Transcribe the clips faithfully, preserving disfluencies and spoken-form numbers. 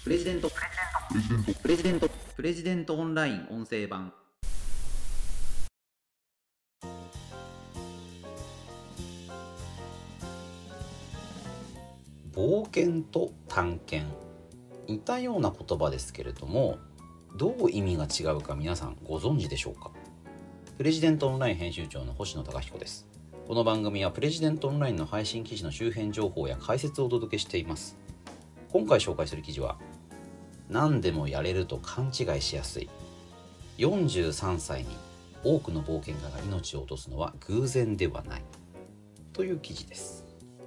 プレジデントプレジデントプレジデントオンライン音声版。 冒険と探検、似たような言葉ですけれども、どう意味が違うか皆さんご存知でしょうか。プレジデントオンライン編集長の星野貴彦です。この番組はプレジデントオンラインの配信記事の周辺情報や解説をお届けしています。今回紹介する記事は、何でもやれると勘違いしやすい、よんじゅうさんさいに多くの冒険家が命を落とすのは偶然ではないという記事です。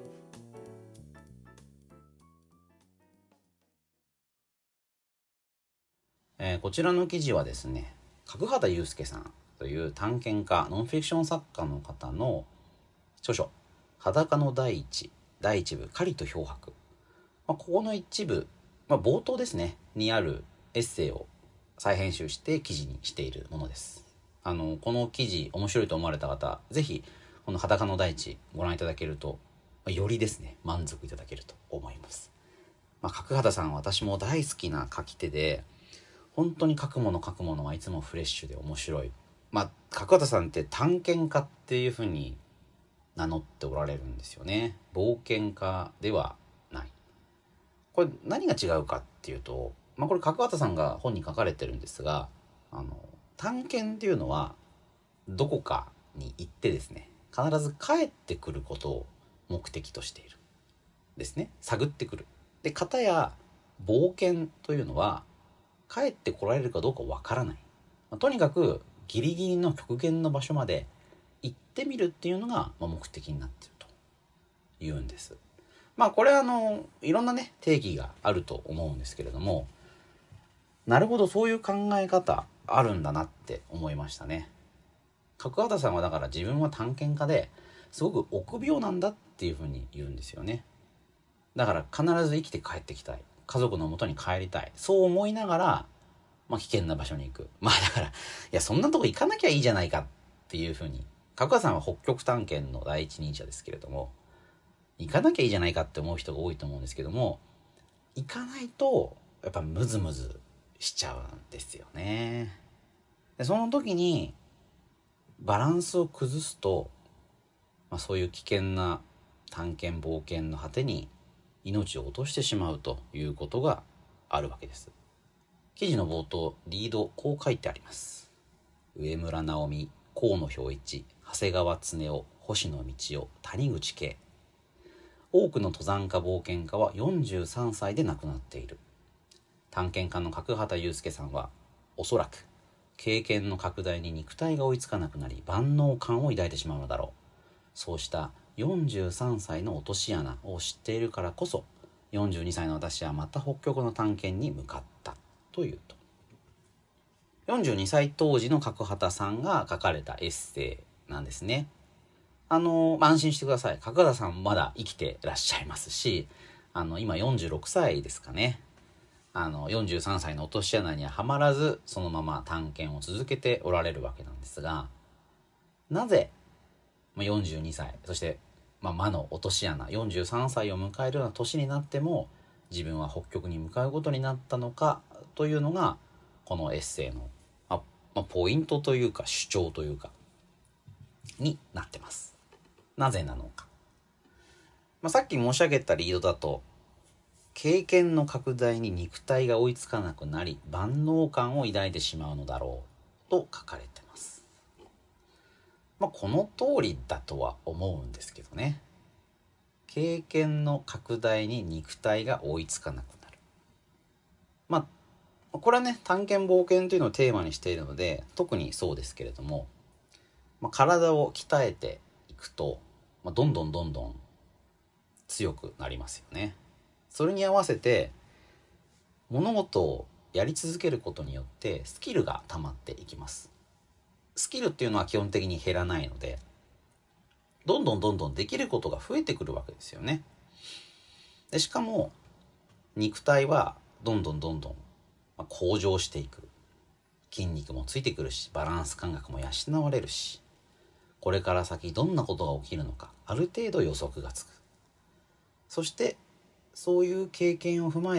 えー、こちらの記事はですね、角畑祐介さんという探検家、ノンフィクション作家の方の著書「裸の大地」第一部「狩りと漂白」、まあ、ここの一部、まあ、冒頭ですねにあるエッセイを再編集して記事にしているものです。あのこの記事面白いと思われた方、ぜひこの裸の大地ご覧いただけると、まあ、よりですね満足いただけると思います。まあ、角畑さんは私も大好きな書き手で、本当に書くもの書くものはいつもフレッシュで面白い。まあ角畑さんって探検家っていうふうに名乗っておられるんですよね。冒険家ではない。これ何が違うかっていうと、まあこれ角畑さんが本に書かれてるんですが、あの探検っていうのはどこかに行ってですね、必ず帰ってくることを目的としているですね。探ってくる。で、片や冒険というのは帰ってこられるかどうかわからない、まあ、とにかくギリギリの極限の場所まで行ってみるっていうのが目的になっているというんです。まあこれはあのいろんなね定義があると思うんですけれども、なるほどそういう考え方あるんだなって思いましたね。角畑さんはだから自分は探検家ですごく臆病なんだっていうふうに言うんですよね。だから必ず生きて帰ってきたい、家族の元に帰りたい、そう思いながら、まあ、危険な場所に行く。まあだからいやそんなとこ行かなきゃいいじゃないかっていうふうに、角川さんは北極探検の第一人者ですけれども、行かなきゃいいじゃないかって思う人が多いと思うんですけども、行かないとやっぱムズムズしちゃうんですよね。でその時にバランスを崩すと、まあ、そういう危険な探検冒険の果てに命を落としてしまうということがあるわけです。記事の冒頭、リードこう書いてあります。上村直美、河野兵一、長谷川恒夫、星野道夫、谷口圭。多くの登山家冒険家はよんじゅうさんさいで亡くなっている。探検家の角畑祐介さんは、おそらく経験の拡大に肉体が追いつかなくなり万能感を抱いてしまうのだろう。そうしたよんじゅうさんさいの落とし穴を知っているからこそ、よんじゅうにさいの私はまた北極の探検に向かったというと、よんじゅうにさい当時の角畑さんが書かれたエッセイなんですね。あの安心してください。角畑さんまだ生きてらっしゃいますし、あの今よんじゅうろくさいですかね。あのよんじゅうさんさいの落とし穴にははまらず、そのまま探検を続けておられるわけなんですが、なぜよんじゅうにさい、そしてまあ、魔の落とし穴よんじゅうさんさいを迎えるような年になっても自分は北極に向かうことになったのかというのが、このエッセイの、まあまあ、ポイントというか主張というかになってます。なぜなのか、まあ、さっき申し上げたリードだと、経験の拡大に肉体が追いつかなくなり万能感を抱いてしまうのだろうと書かれてます。まあこの通りだとは思うんですけどね。経験の拡大に肉体が追いつかなくなる。まあこれはね探検冒険というのをテーマにしているので特にそうですけれども、まあ、体を鍛えていくと、まあ、どんどんどんどん強くなりますよね。それに合わせて物事をやり続けることによってスキルが溜まっていきます。スキルっていうのは基本的に減らないので、どんどんどんどんできることが増えてくるわけですよね。でしかも肉体はどんどんどんどん向上していく。筋肉もついてくるし、バランス感覚も養われるし、これから先どんなことが起きるのかある程度予測がつく。そしてそういう経験を踏まえて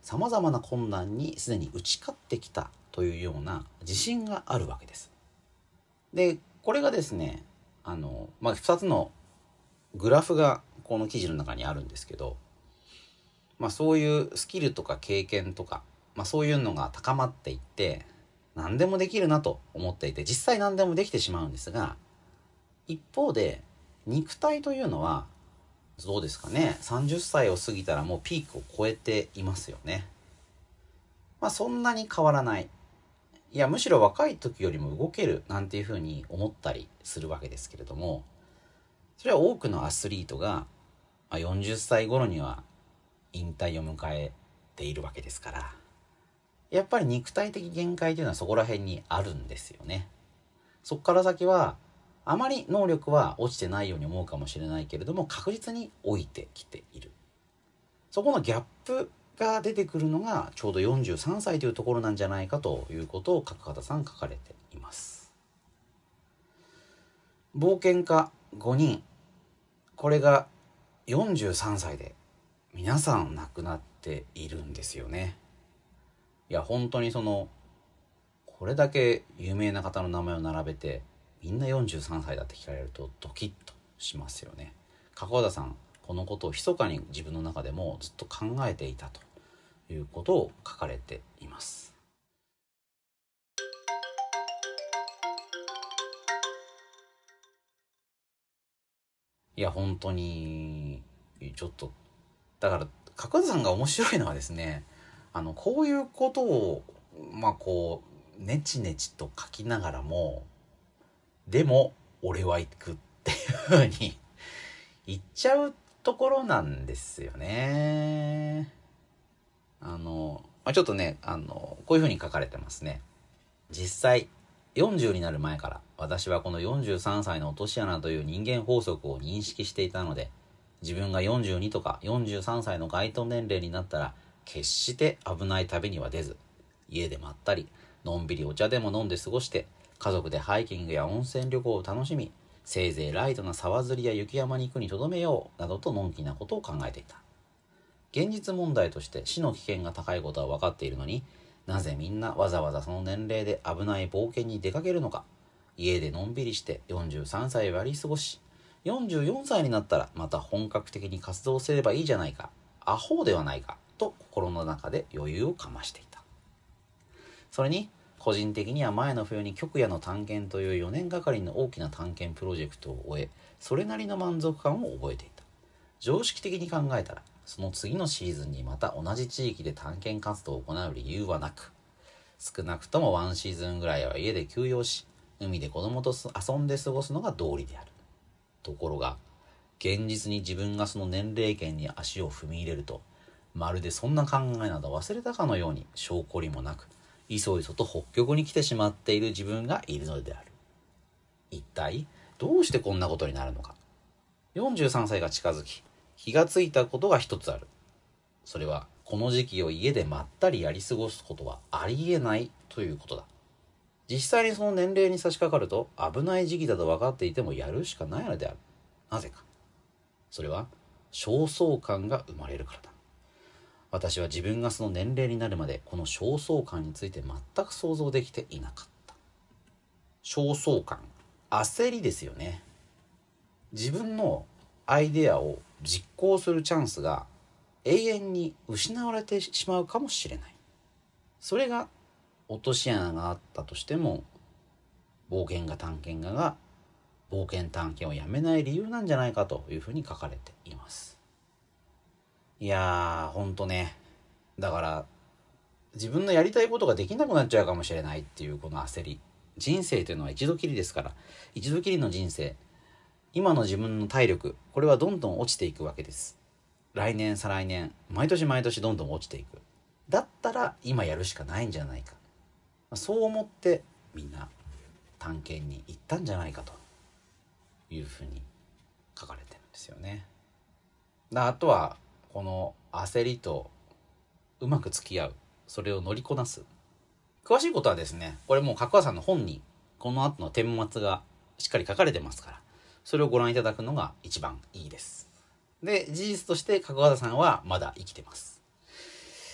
さまざまな困難にすでに打ち勝ってきたというような自信があるわけです。でこれがですねあの、まあ、ふたつのグラフがこの記事の中にあるんですけど、まあ、そういうスキルとか経験とか、まあ、そういうのが高まっていって何でもできるなと思っていて、実際何でもできてしまうんですが、一方で肉体というのはどうですかね、さんじゅっさいを過ぎたらもうピークを超えていますよね。まあそんなに変わらない、いやむしろ若い時よりも動けるなんていうふうに思ったりするわけですけれども、それは多くのアスリートがよんじゅっさい頃には引退を迎えているわけですから、やっぱり肉体的限界というのはそこら辺にあるんですよね。そこから先はあまり能力は落ちてないように思うかもしれないけれども、確実に老いてきている。そこのギャップが出てくるのがちょうどよんじゅうさんさいというところなんじゃないかということを角畑さん書かれています。冒険家ごにん、これがよんじゅうさんさいで皆さん亡くなっているんですよね。いや本当にそのこれだけ有名な方の名前を並べてみんなよんじゅうさんさいだって聞かれるとドキッとしますよね。角畑さんこのことを密かに自分の中でもずっと考えていたということを書かれています。いや本当にちょっとだから角畑さんが面白いのはですね、あのこういうことをまあこうネチネチと書きながらも、でも俺は行くっていうふうに言っちゃうところなんですよね。あの、まあ、ちょっとねあのこういうふうに書かれてますね。実際よんじゅうになる前から私はこのよんじゅうさんさいの落とし穴という人間法則を認識していたので、自分がよんじゅうにとかよんじゅうさんさいの該当年齢になったら決して危ない旅には出ず、家でまったりのんびりお茶でも飲んで過ごして、家族でハイキングや温泉旅行を楽しみ、せいぜいライトな沢釣りや雪山に行くにとどめようなどとのんきなことを考えていた。現実問題として死の危険が高いことは分かっているのに、なぜみんなわざわざその年齢で危ない冒険に出かけるのか。家でのんびりしてよんじゅうさんさいを割り過ごし、よんじゅうよんさいになったらまた本格的に活動すればいいじゃないか、アホではないかと心の中で余裕をかましていた。それに個人的には前の冬に極夜の探検というよねんがかりの大きな探検プロジェクトを終え、それなりの満足感を覚えていた。常識的に考えたらその次のシーズンにまた同じ地域で探検活動を行う理由はなく、少なくともワンシーズンぐらいは家で休養し、海で子供と遊んで過ごすのが道理である。ところが現実に自分がその年齢圏に足を踏み入れると、まるでそんな考えなど忘れたかのように証拠りもなく、いそいそと北極に来てしまっている自分がいるのである。一体どうしてこんなことになるのか。よんじゅうさんさいが近づき、気がついたことが一つある。それはこの時期を家でまったりやり過ごすことはありえないということだ。実際にその年齢に差し掛かると危ない時期だと分かっていてもやるしかないのである。なぜか。それは焦燥感が生まれるからだ。私は自分がその年齢になるまでこの焦燥感について全く想像できていなかった。焦燥感、焦りですよね。自分のアイデアを実行するチャンスが永遠に失われてしまうかもしれない。それが落とし穴があったとしても冒険家探検家が冒険探検をやめない理由なんじゃないかというふうに書かれています。いやーほんとね、だから自分のやりたいことができなくなっちゃうかもしれないっていうこの焦り。人生というのは一度きりですから、一度きりの人生、今の自分の体力、これはどんどん落ちていくわけです。来年再来年毎年毎年どんどん落ちていく。だったら今やるしかないんじゃないか、そう思ってみんな探検に行ったんじゃないかというふうに書かれてるんですよね。だあとはこの焦りとうまく付き合う、それを乗りこなす。詳しいことはですね、これもう角川さんの本にこの後の顛末がしっかり書かれてますから、それをご覧いただくのが一番いいです。で、事実として角川さんはまだ生きてます。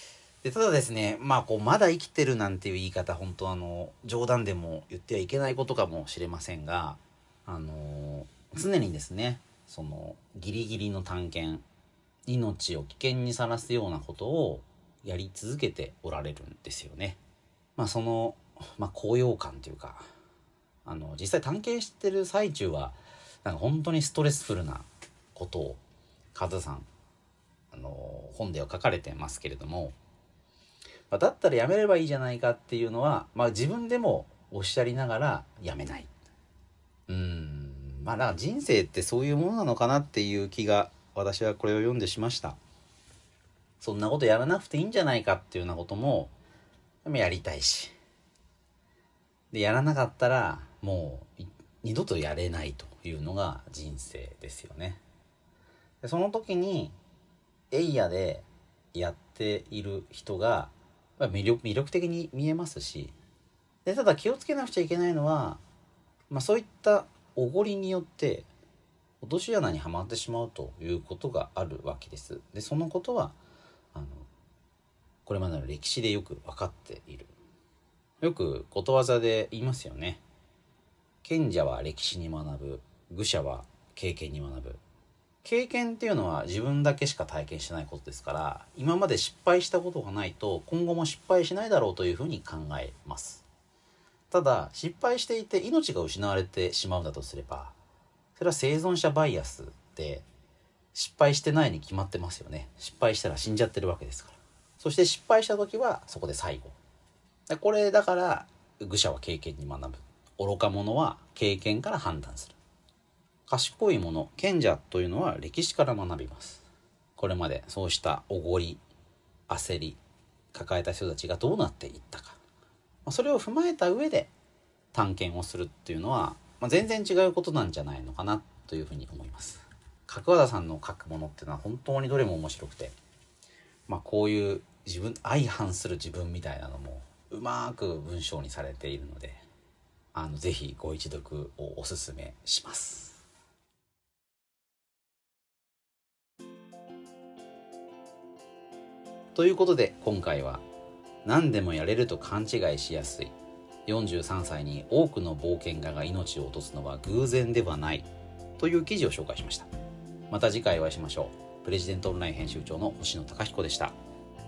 でただですね、まあこうまだ生きてるなんていう言い方、本当あの冗談でも言ってはいけないことかもしれませんが、あの常にですね、そのギリギリの探検、命を危険にさらすようなことをやり続けておられるんですよね。まあその、まあ、高揚感というか、あの実際探検してる最中はなんか本当にストレスフルなことを和田さんあの本では書かれてますけれども、まあ、だったらやめればいいじゃないかっていうのは、まあ、自分でもおっしゃりながらやめない。うーんまあだから人生ってそういうものなのかなっていう気が、私はこれを読んでしました。そんなことやらなくていいんじゃないかっていうようなこともでもやりたいし、でやらなかったらもう二度とやれないというのが人生ですよね。でその時にエイヤでやっている人が魅力、魅力的に見えますし、でただ気をつけなくちゃいけないのは、まあ、そういったおごりによって落とし穴にはまってしまうということがあるわけです。でそのことはあのこれまでの歴史でよく分かっている。よくことわざで言いますよね。賢者は歴史に学ぶ、愚者は経験に学ぶ。経験っていうのは自分だけしか体験してないことですから、今まで失敗したことがないと今後も失敗しないだろうというふうに考えます。ただ失敗していて命が失われてしまうんだとすれば、それは生存者バイアスで失敗してないに決まってますよね。失敗したら死んじゃってるわけですから。そして失敗した時はそこで最後。これだから愚者は経験に学ぶ、愚か者は経験から判断する。賢い者、賢者というのは歴史から学びます。これまでそうしたおごり、焦り抱えた人たちがどうなっていったか、それを踏まえた上で探検をするっていうのは、まあ、全然違うことなんじゃないのかなというふうに思います。角和田さんの書くものっていうのは本当にどれも面白くて、まあ、こういう自分、相反する自分みたいなのもうまく文章にされているので、あのぜひご一読をおすすめします。ということで今回は何でもやれると勘違いしやすいよんじゅうさんさいに多くの冒険家が命を落とすのは偶然ではないという記事を紹介しました。また次回お会いしましょう。プレジデントオンライン編集長の星野貴彦でした。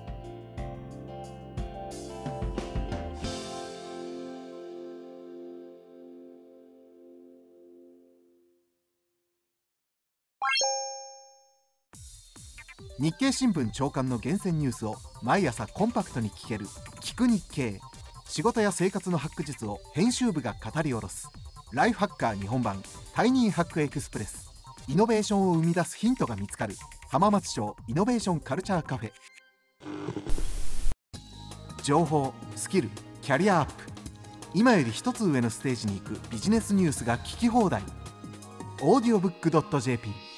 日経新聞朝刊の厳選ニュースを毎朝コンパクトに聞ける聞く日経。仕事や生活のハック術を編集部が語り下ろすライフハッカー日本版タイニーハックエクスプレス。イノベーションを生み出すヒントが見つかる浜松町イノベーションカルチャーカフェ。情報、スキル、キャリアアップ、今より一つ上のステージに行くビジネスニュースが聞き放題。オーディオブックドットジェーピー